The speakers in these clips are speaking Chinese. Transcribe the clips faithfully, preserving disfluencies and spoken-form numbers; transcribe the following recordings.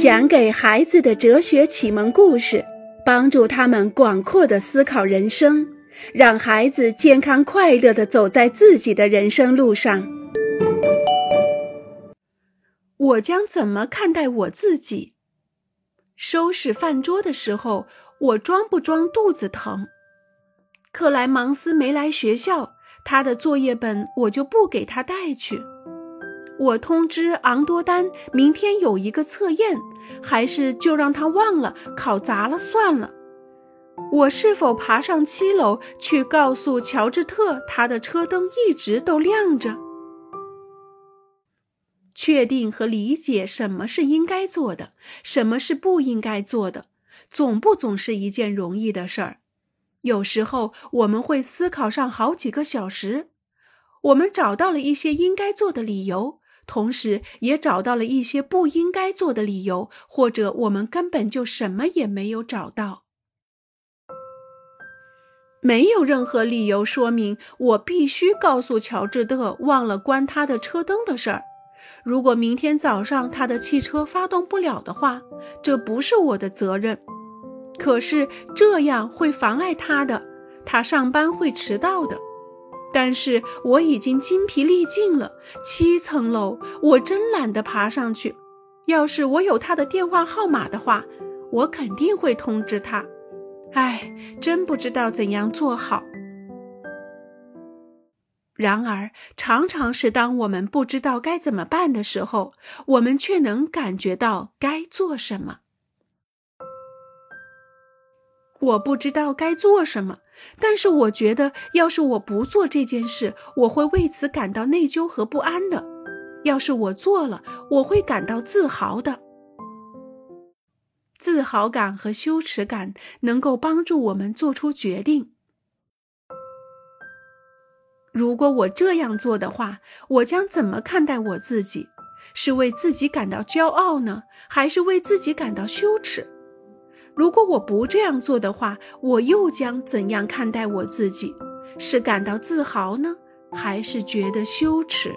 讲给孩子的哲学启蒙故事，帮助他们广阔地思考人生，让孩子健康快乐地走在自己的人生路上。我将怎么看待我自己？收拾饭桌的时候，我装不装肚子疼？克莱芒斯没来学校，他的作业本我就不给他带去。我通知昂多丹明天有一个测验，还是就让他忘了，考砸了算了。我是否爬上七楼去告诉乔治特他的车灯一直都亮着？确定和理解什么是应该做的，什么是不应该做的，总不总是一件容易的事儿。有时候我们会思考上好几个小时，我们找到了一些应该做的理由，同时也找到了一些不应该做的理由，或者我们根本就什么也没有找到。没有任何理由说明我必须告诉乔治特忘了关他的车灯的事儿。如果明天早上他的汽车发动不了的话，这不是我的责任。可是这样会妨碍他的，他上班会迟到的。但是我已经筋疲力尽了，七层楼，我真懒得爬上去。要是我有他的电话号码的话，我肯定会通知他。唉，真不知道怎样做好。然而，常常是当我们不知道该怎么办的时候，我们却能感觉到该做什么。我不知道该做什么，但是我觉得要是我不做这件事，我会为此感到内疚和不安的。要是我做了，我会感到自豪的。自豪感和羞耻感能够帮助我们做出决定。如果我这样做的话，我将怎么看待我自己？是为自己感到骄傲呢，还是为自己感到羞耻？如果我不这样做的话，我又将怎样看待我自己？是感到自豪呢，还是觉得羞耻？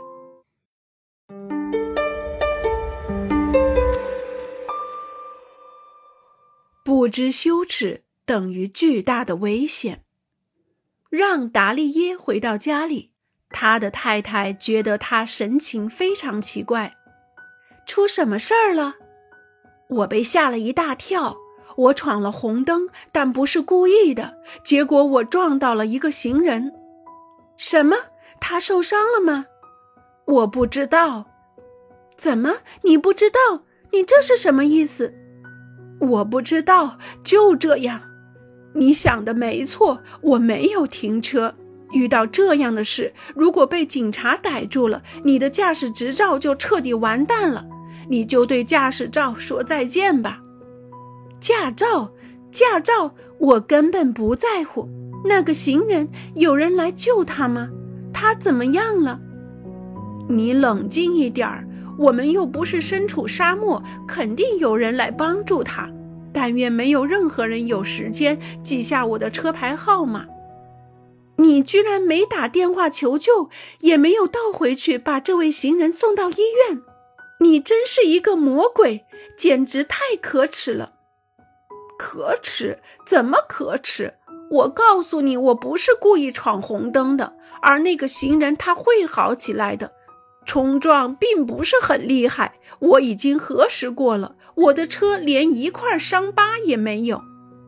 不知羞耻等于巨大的危险。让达利耶回到家里，他的太太觉得他神情非常奇怪。出什么事儿了？我被吓了一大跳。我闯了红灯，但不是故意的，结果我撞到了一个行人。什么？他受伤了吗？我不知道。怎么？你不知道？你这是什么意思？我不知道，就这样。你想的没错，我没有停车。遇到这样的事，如果被警察逮住了，你的驾驶执照就彻底完蛋了。你就对驾驶照说再见吧。驾照，驾照，我根本不在乎。那个行人，有人来救他吗？他怎么样了？你冷静一点儿，我们又不是身处沙漠，肯定有人来帮助他。但愿没有任何人有时间记下我的车牌号码。你居然没打电话求救，也没有倒回去把这位行人送到医院。你真是一个魔鬼，简直太可耻了。可耻？怎么可耻？我告诉你，我不是故意闯红灯的，而那个行人他会好起来的。冲撞并不是很厉害，我已经核实过了，我的车连一块伤疤也没有。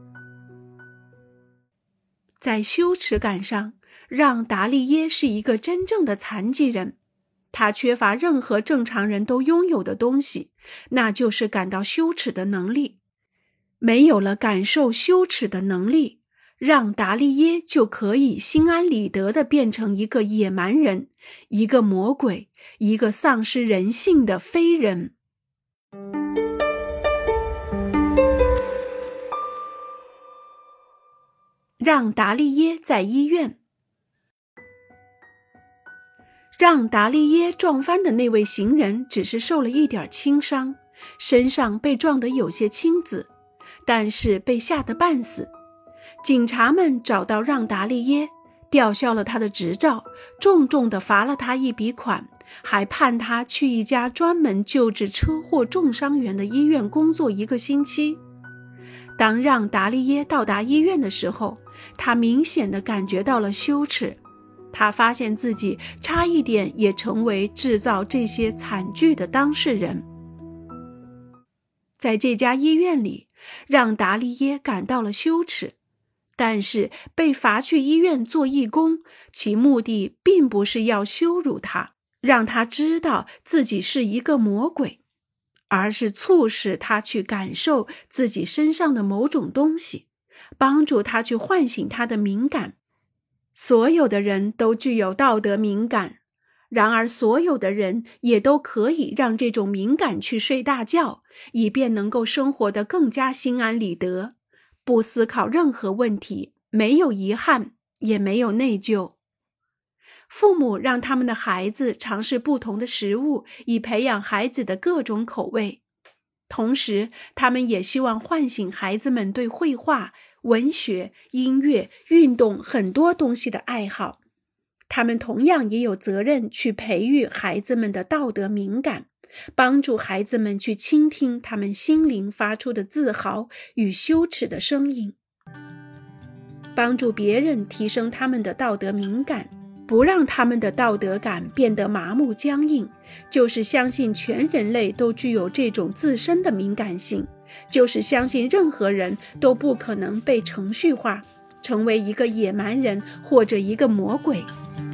在羞耻感上，让达利耶是一个真正的残疾人。他缺乏任何正常人都拥有的东西，那就是感到羞耻的能力。没有了感受羞耻的能力，让达利耶就可以心安理得地变成一个野蛮人，一个魔鬼，一个丧失人性的非人。让达利耶在医院。让达利耶撞翻的那位行人只是受了一点轻伤，身上被撞得有些青紫，但是被吓得半死。警察们找到让达利耶，吊销了他的执照，重重地罚了他一笔款， 还判他去一家专门救治车祸重伤员的医院工作一个星期。当让达利耶到达医院的时候，他明显地感觉到了羞耻。他发现自己差一点也成为制造这些惨剧的当事人。在这家医院里，让达利耶感到了羞耻，但是被罚去医院做义工，其目的并不是要羞辱他，让他知道自己是一个魔鬼，而是促使他去感受自己身上的某种东西，帮助他去唤醒他的敏感。所有的人都具有道德敏感，然而所有的人也都可以让这种敏感去睡大觉，以便能够生活得更加心安理得，不思考任何问题，没有遗憾，也没有内疚。父母让他们的孩子尝试不同的食物，以培养孩子的各种口味。同时，他们也希望唤醒孩子们对绘画、文学、音乐、运动很多东西的爱好。他们同样也有责任去培育孩子们的道德敏感，帮助孩子们去倾听他们心灵发出的自豪与羞耻的声音，帮助别人提升他们的道德敏感，不让他们的道德感变得麻木僵硬，就是相信全人类都具有这种自身的敏感性，就是相信任何人都不可能被程序化，成为一个野蛮人或者一个魔鬼。